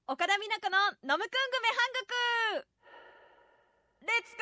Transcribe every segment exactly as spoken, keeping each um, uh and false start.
岡田美奈子のノムクングメ半国レッツ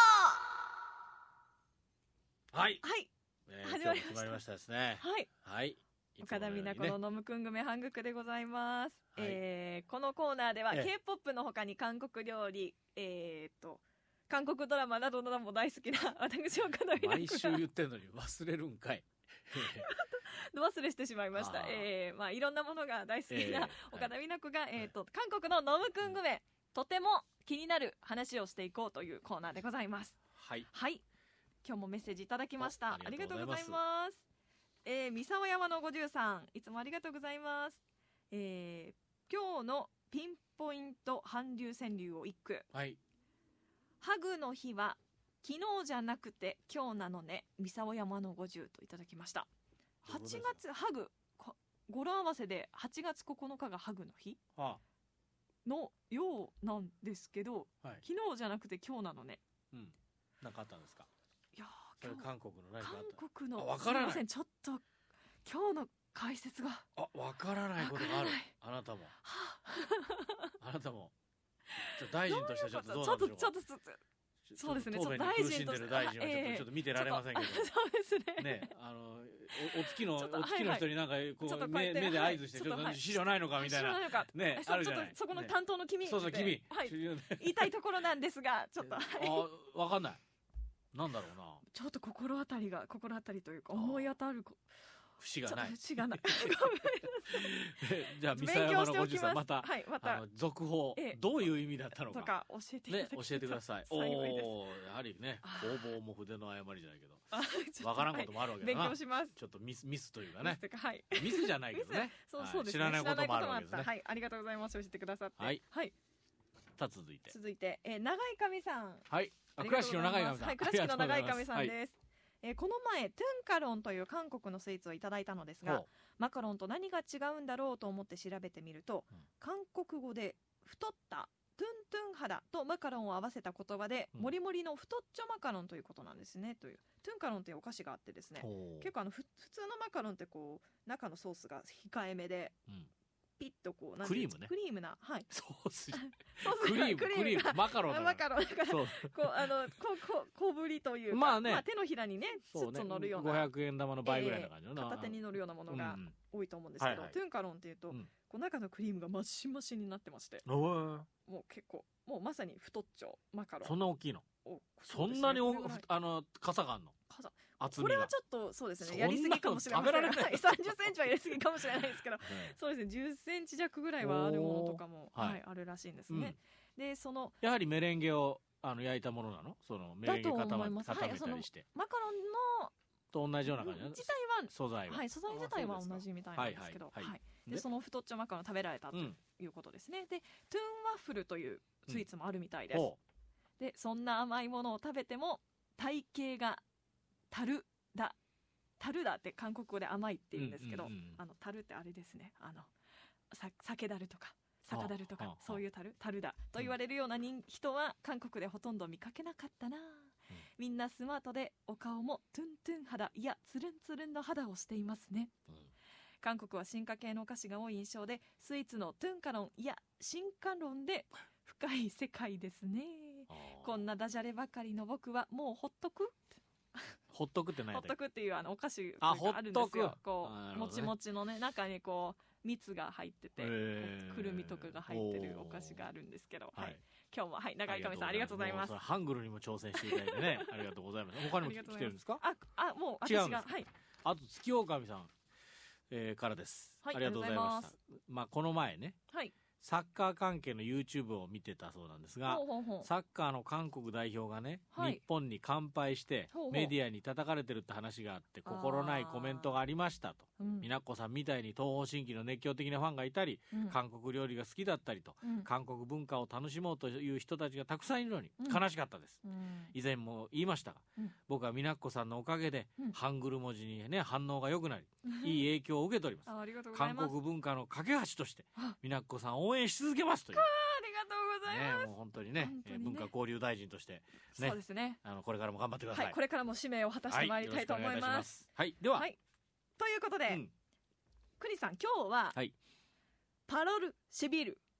ゴー。 はい、 はい、 えー、始まりました。決まりましたですね。 はい、 はい、 岡田美奈子のノムクングメ半国でございます、はい。えー、このコーナーでは、えー、K-ポップ の他に韓国料理、えー、と韓国ドラマなどなども大好きな私岡田美奈子が毎週言ってるのに忘れるんかい忘れしてしまいました。えーまあ、いろんなものが大好きな岡田美奈子が、えーと韓国のノムクングメ、とても気になる話をしていこうというコーナーでございます。 はい、 はい、今日もメッセージいただきました。ありがとうございます。えー、三沢山のごじゅうさん、いつもありがとうございます。えー、今日のピンポイント韓流川柳を一句。 はい、 ハグの日は昨日じゃなくて今日なのね、三沢山のごじゅうといただきました。はちがつハグ語呂合わせではちがつここのかがハグの日のようなんですけど、はい、昨日じゃなくて今日なのね。 うん、なんかあったんですか。 いやそれ韓国の何かあった。 韓国のわからない。 ちょっと今日の解説があ、わからないことがある。あなたもあなたもちょっと大臣としてはちょっとどうなんでしょうか。 ちょっとちょっとそうですね。 答弁に苦しんでる大臣はちょっと、ちょっと見てられませんけど。 そうですね。 ね、あの お, お月のお月の人になんかこう目目で合図してちょっと資料ないのかみたいなねあるじゃない。 そこの担当の君。 そうそう君。 言いたいところなんですがちょっと。 あ、わかんない。なんだろうな。 ちょっと心当たりが心当たりというか思い当たる。 節がない。 節がない。 じゃあ三沢山のごじゅうさんまた、 はい、また続報、ええ、どういう意味だったのか、 とか教えていただき、 ね、教えてください。おお、やはりね、工房も筆の誤りじゃないけど、わからんこともあるわけだな。 勉強します。 ちょっとミスミスというかね。 ミス、はい、 ミスじゃないけどね。 そうそうですね。 知らないこともあるわけですね。 はい、ありがとうございます。教えてくださって。 はい。 はい。 さあ続いて。 続いて、えー、長井上さん。 はい。倉敷の長井上さん。 はい、倉敷の長井上さんです。えー、この前トゥンカロンという韓国のスイーツをいただいたのですが、マカロンと何が違うんだろうと思って調べてみると、うん、韓国語で太ったトゥントゥン肌とマカロンを合わせた言葉で、うん、もりもりの太っちょマカロンということなんですね。というトゥンカロンというお菓子があってですね、結構あのふ普通のマカロンってこう中のソースが控えめで、うんピッとこうなんクリームねクリームな、はい、 ソースクリームクリームマカロンだマカロンだからこうあのここ小ぶりというか、 まあね、 まあ、手のひらにねちょっと乗るようなごひゃくえん玉の倍ぐらいな感じの、えー、 片手に乗るようなものが多いと思うんですけど、トゥンカロンっていうと、うん、こう中のクリームがマシマシになってまして、うん、もう結構もうまさに太っちょマカロン。 そんな大きいの？そんなにおあの傘があるの？ これはちょっとそうですね、やりすぎかもしれません。はい、さんじゅっセンチはやりすぎかもしれないですけど、はい、そうですね、じゅっセンチ弱ぐらいはあるものとかも、はいはい、あるらしいんですね、うん、でそのやはりメレンゲをあの焼いたものなの？そのメレンゲ固めたりして、 はい、マカロンのと同じような感じ自体は素材は、 はい、素材自体は同じみたいなんですけど、はいはいはい、でその太っちょマカロン食べられたということですね、うん、でトゥンワッフルというスイーツもあるみたいです、うん、でそんな甘いものを食べても体型がたるだタルダって韓国語で甘いって言うんですけど、うんうんうん、あのタルってあれですね、あのさ酒だるとか酒だるとかそういうタルタルダと言われるような人、うん、人は韓国でほとんど見かけなかったな、うん、みんなスマートでお顔もトゥントゥン肌、いやツルンツルンの肌をしていますね、うん、韓国は進化系のお菓子が多い印象で、スイーツのトゥンカロン、いや進化論で深い世界ですね。こんなダジャレばかりの僕はもうほっとくほっとくって何やったっけ？ ほっとくっていうあのお菓子があるんですよ。こう、ね、もちもちのね中にこう蜜が入ってて、くるみとかが入ってるお菓子があるんですけど、はい、今日もはい長井上さんありがとうございます。 ハングルにも挑戦していただいてねありがとうございます。他にも来てるんですか？ ああもう私がはい。 あと月狼さん、えー、からです、はい、ありがとうございました。まあこの前ね。はい。サッカー関係の YouTube を見てたそうなんですが、ほうほうほう、サッカーの韓国代表がね、はい、日本に完敗してほうほうメディアに叩かれてるって話があって心ないコメントがありましたと、うん、美奈子さんみたいに東方神起の熱狂的なファンがいたり、うん、韓国料理が好きだったりと、うん、韓国文化を楽しもうという人たちがたくさんいるのに悲しかったです、うん、以前も言いましたが、うん、僕は美奈子さんのおかげで、うん、ハングル文字にね反応が良くなり、うん、いい影響を受けております。 ありがとうございます。 韓国文化の架け橋として美奈子さんを応援し続けますという。 ありがとうございます、 ね、もう本当に ね, 本当にね、文化交流大臣として、ね、 そうですね、 あのこれからも頑張ってください、 はい、これからも使命を果たしてまいりたいと思います。 はい、では、はい、 ということで、うん、国さん今日は、はい、パロルシェビル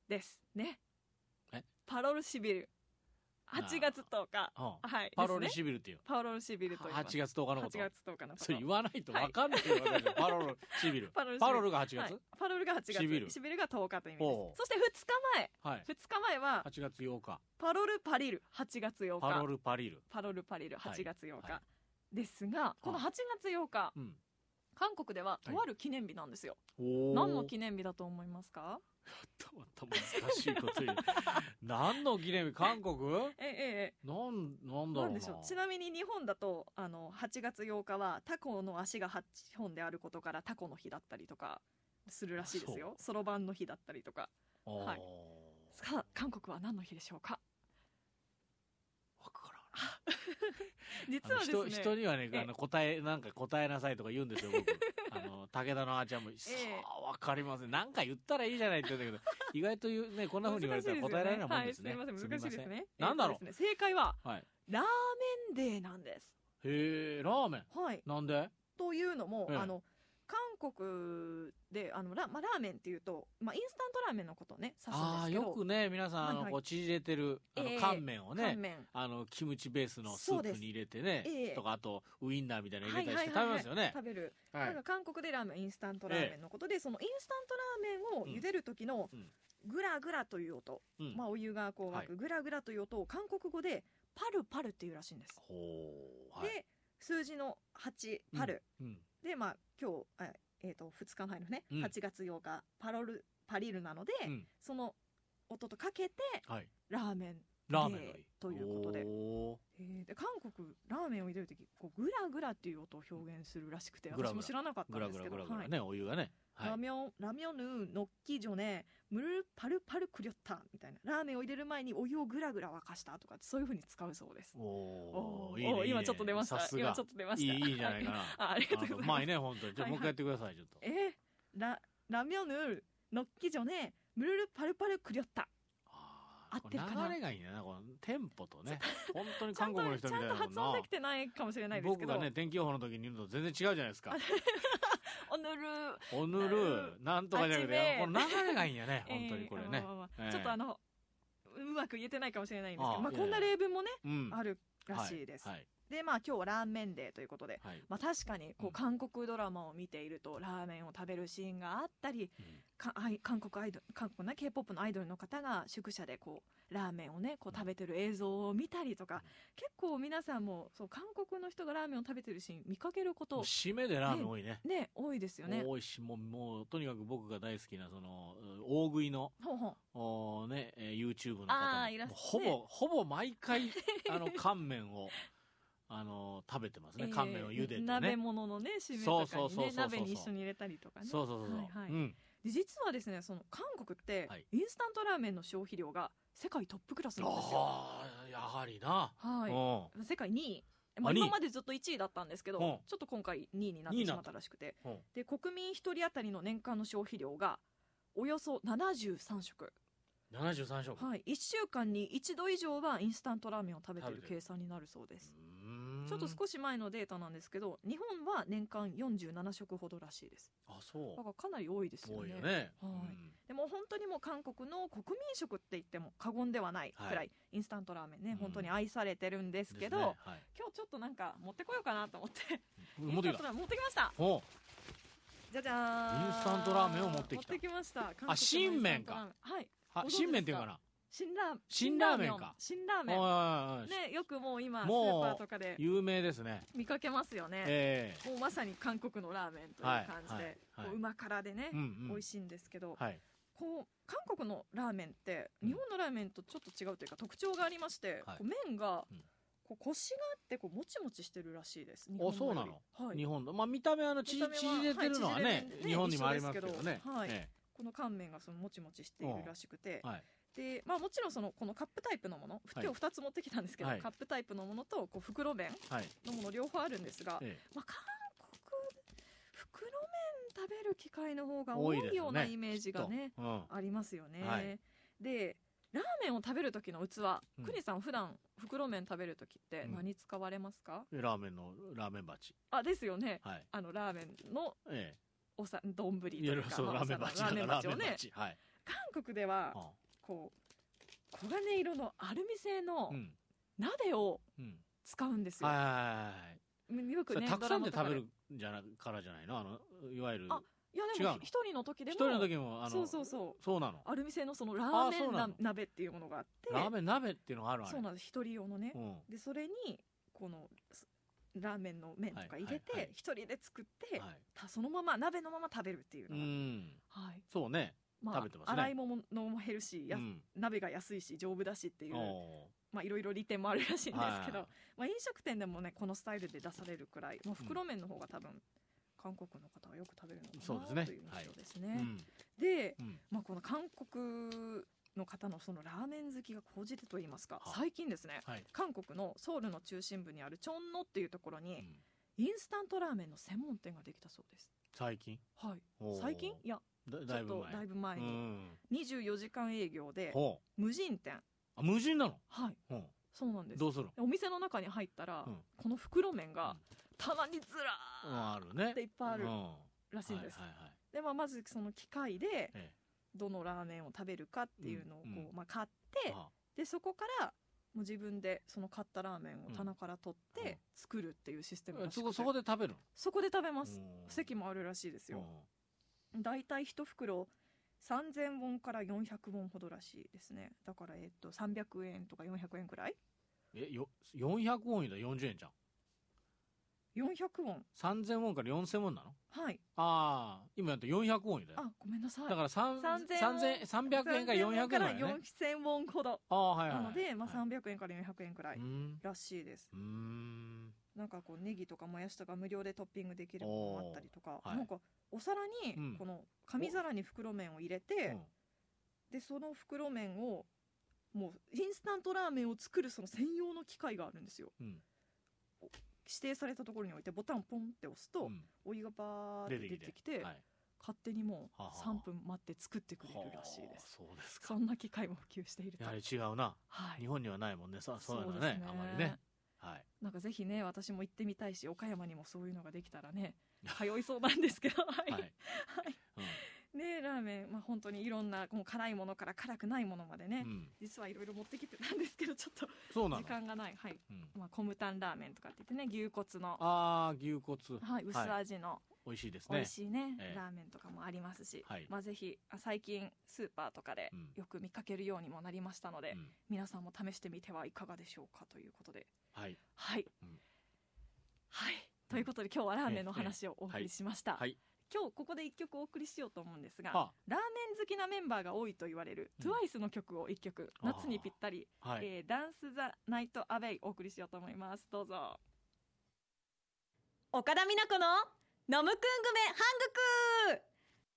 ですね。 えパロルシビルはちがつとおか、 うんはい、 パロルシビルっていうパロルシビルと言います。 はちがつとおかのこと。 はちがつとおかのこと。 それ言わないと分かんないよ、はい、パロルシビル。パロル, パロルがはちがつ、はい、 パロルがはちがつ、シビル、シビルがとおかという意味です。そしてふつかまえ、はい、ふつかまえははちがつようか、 パロルパリルはちがつようか、 パロルパリルパロルパリルはちがつようか、はい、ですが、このはちがつようか、うん、韓国ではとある記念日なんですよ。はい、何の記念日だと思いますか？ やったまた難しいこと言う何の記念日？韓国？ えええなんなんだろうな。なんでしょう。ちなみに日本だとあのはちがつようかはタコの足がはっぽんであることからタコの日だったりとかするらしいですよ。そろばんの日だったりとか。はい。さあ韓国は何の日でしょうか？ わからん。 実はですね、 人, 人にはねあの答えなんか答えなさいとか言うんですよ僕。あの武田のあーちゃんも、えー、さあ分かりません、なんか言ったらいいじゃないって言うんだけど意外と言う、ね、こんな風に言われたら答えられないもんですね。 はい、すみません難しいですね。 なんだろう、 えーね、正解は、はい、ラーメンデーなんです。 へえ、ラーメン、 はい、 なんでというのも、えー、あの韓国であの ラ,、まあ、ラーメンっていうと、まあ、インスタントラーメンのことをね指すんですけど、 あよくね皆さん、はいはい、あのこう縮れてるあの乾麺をね、えー、あのキムチベースのスープに入れてね、えー、とかあとウインナーみたいなの入れたりして食べますよね。 食べる、はい、なんか韓国でラーメンインスタントラーメンのことで、えー、そのインスタントラーメンを茹でる時のグラグラという音、うん、まあ、お湯がこう沸くグラグラという音を韓国語でパルパルっていうらしいんです。ほう、はい、で数字のはちパル、うんうん、でまあ今日あえー、とふつかまえのね、うん、はちがつようかパロルパリルなので、うん、その音とかけて、はい、ラーメンラーメンということで、えー、で韓国ラーメンを入れるときこうグラグラっていう音を表現するらしくて、私も知らなかったんですけど、 グラグラグラグラね、お湯がね、 はい、ラミョンラミョヌノッキジョネムルパルパルクリョッタみたいな、ラーメンを入れる前にお湯をグラグラ沸かしたとかそういう風に使うそうです。 おお、いいね、 今ちょっと出ました。今ちょっと出ました。 いい、いいじゃないかな。 あ, ありがとうございます。 まあいいね本当に。じゃあもう一回やってくださいちょっと。 えー、ララミョヌノッキジョネムルパルパルクリョッタ。合ってるかな。 流れがいいね、このテンポとね。本当に韓国の人みたいなもんな。 ちゃんと発音できてないかもしれないですけど。 僕がね天気予報の時に言うのと全然違うじゃないですか。 おぬるおぬるなんとかじゃなくて、この流れがいいんやね、本当にこれね。 ちょっとあのうまく言えてないかもしれないんですけど、まあこんな例文もねあるらしいです。でまあ今日はラーメンデーということで、はい、まあ確かにこう韓国ドラマを見ていると、うん、ラーメンを食べるシーンがあったり、うん、か韓国アイドル韓国の K-ポップ のアイドルの方が宿舎でこうラーメンをねこう食べてる映像を見たりとか、うん、結構皆さんもそう韓国の人がラーメンを食べてるシーン見かけること締めでラーメン多いね。 ね、ね多いですよね。 多いしもう、もうとにかく僕が大好きなその大食いのほうほうお、ね、YouTube の方もほぼほぼ毎回あの乾麺をあの食べてますね、乾麺を茹でてね、 鍋物のね締めとかにね鍋に一緒に入れたりとかね。 そうそうそうそう、はいはい、うん、 で実はですねその韓国ってインスタントラーメンの消費量が世界トップクラスなんですよ。 あやはりな、 はい、世界にい、まあ、今までずっといちいだったんですけど、ちょっと今回にいになってしまったらしくて、で国民ひとり当たりの年間の消費量がおよそななじゅうさんしょく、 ななじゅうさんしょく、 はい、いっしゅうかんに一度以上はインスタントラーメンを食べている計算になるそうです。ちょっと少し前のデータなんですけど、日本は年間よんじゅうななしょくほどらしいです。 あ、そう。 だからかなり多いですよね。 多いよね。 はい。うん、でも本当にもう韓国の国民食って言っても過言ではないくらい、はい、インスタントラーメンね、うん、本当に愛されてるんですけど、ね、はい、今日ちょっとなんか持ってこようかなと思って持ってきた。 持ってきました。 おじゃじゃーん。 インスタントラーメンを持ってきた。 持ってきました。 あ、新麺か。 はい。 は新麺っていうかな。 辛ラーメン。 辛ラーメンか。 辛ラーメン。おいおいおいね、よくもう今スーパーとかで有名ですね。 見かけますよね。えー、もうまさに韓国のラーメンという感じで、はいはい、うま辛でね、うんうん、美味しいんですけど、はい、こう韓国のラーメンって日本のラーメンとちょっと違うというか特徴がありまして、はい、こう麺が、うん、こうコシがあってこうもちもちしてるらしいです。 あ、そうなの。はい、日本のまあ見た目あの縮れてるのはね、はい、ね日本にもありますけどね。 はい。ええ、この乾麺がそのもちもちしているらしくて。はい。でまあ、もちろんそのこのカップタイプのもの、今日ふたつ持ってきたんですけど、はい、カップタイプのものとこう袋麺のもの両方あるんですが、はい、まあ、韓国袋麺食べる機会の方が多いようなイメージがね、うん、ありますよね。はい、でラーメンを食べる時の器、うん、国さん普段袋麺食べる時って何使われますか？ うん、ラーメンのラーメン鉢。 あ、ですよね、はい、あのラーメンのおさ丼というか、 そう、ラーメン鉢をね、 はい、 韓国ではこう黄金色のアルミ製の鍋を使うんですよ、うん、はいはいはい、よくね、 たくさんで食べるじゃなからじゃないの、あのいわゆる。 あ、いやでも一人の時でも、 一人の時もあのそうそうそう、 そうなの、 アルミ製のそのラーメンな鍋っていうものがあって、 ラーメン鍋っていうのがあるわけ。 そうなんです、一人用のね、うん、でそれにこのラーメンの麺とか入れて一人で作って、はい、そのまま鍋のまま食べるっていうのが、うん、はい、そうね、まあ、食べてますね。洗い物も減るし、うん、鍋が安いし丈夫だしっていう、まあいろいろ利点もあるらしいんですけど、はい、まあ、飲食店でもねこのスタイルで出されるくらい、まあ、袋麺の方が多分、うん、韓国の方はよく食べるのかな、そうですね、という印象ですね、はい、うん、で、うん、まあ、この韓国の方のそのラーメン好きが高じてといいますか、最近ですね、はい、韓国のソウルの中心部にあるチョンノっていうところに、うん、インスタントラーメンの専門店ができたそうです。 最近？ はい。最近？いや、だだいぶ前、ちょっとだいぶ前に、うん、にじゅうよじかん営業で無人店。 あ、無人なの？ はい、うん、そうなんです。 どうする？ お店の中に入ったら、うん、この袋麺が棚にずらーっていっぱいあるらしいんです。で、まあ、まずその機械で、ええ、どのラーメンを食べるかっていうのをこう、うん、まあ、買って、でそこからもう自分でその買ったラーメンを棚から取って作るっていうシステムらしくて、 うん、そこで食べるの？そこで食べます。席もあるらしいですよ。だいたい一袋さんぜんウォンからよんひゃくウォンほどらしいですね。だからえっとさんびゃくえんとかよんひゃくえんくらい。 えよよんひゃくウォン言うたらよんじゅうえんじゃん。 よんひゃくウォン、 さんぜんウォンからよんせんウォンなの？ はい。 ああ、今やったらよんひゃくウォンだよ。 あ、ごめんなさい。 だからさんびゃくえんからよんひゃくえんぐらいね。 よんせんウォンほど。 ああ、はいはい。 なので、まあ、さんびゃくえんからよんひゃくえんくらいらしいです。うーん、なんかこうネギとかもやしとか無料でトッピングできるものもあったりとか、はい、なんかお皿にこの紙皿に袋麺を入れて、でその袋麺をもうインスタントラーメンを作るその専用の機械があるんですよ、うん、指定されたところに置いてボタンをポンって押すと、うん、お湯がバーって出てきて、はい、勝手にもうさんぷん待って作ってくれるらしいです。 そうですか。 そんな機械も普及していると。 やはり違うな、はい、日本にはないもんね。そそういうの ね, ねあまりね、はい、 なんかぜひね私も行ってみたいし、岡山にもそういうのができたらね通いそうなんですけどはい、はいはい、うん、ね、ラーメン、まあ、本当にいろんなもう辛いものから辛くないものまでね、うん、実はいろいろ持ってきてたんですけどちょっと時間がない、はい、うん、まあ、コムタンラーメンとかって言ってね、牛骨の、 あー牛骨、 はい、薄味の、はい、 美味しいですね。 美味しいね、えー、ラーメンとかもありますし、はい、まあ、ぜひ最近スーパーとかでよく見かけるようにもなりましたので、うん、皆さんも試してみてはいかがでしょうかということで、 はいはい、うん、はい、ということで今日はラーメンの話をお送りしました、えーえーはい、今日ここでいっきょくお送りしようと思うんですが、ラーメン好きなメンバーが多いと言われる トゥワイス の曲をいっきょく、夏にぴったり、はい、えー、ダンス・ザ・ナイト・アウェイお送りしようと思います。どうぞ。岡田美奈子のノムクングメハングク、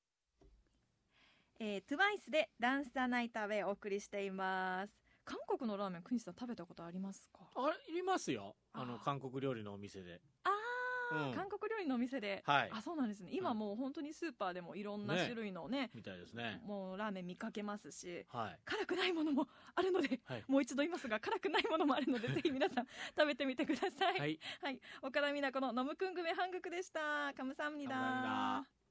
えー、トゥワイス でダンス・ザ・ナイト・アウェイお送りしています。韓国のラーメン、国さん食べたことありますか？ ありますよ、あの韓国料理のお店で。 あうん、韓国料理のお店で、はい、あ、そうなんですね。今もう本当にスーパーでもいろんな種類の ね, ねみたいですね。 もうラーメン見かけますし、はい、辛くないものもあるので、はい、もう一度言いますが辛くないものもあるのでぜひ皆さん食べてみてください。はい、はい、岡田美奈子のノムクングメハングクでした。カムサハムニダー。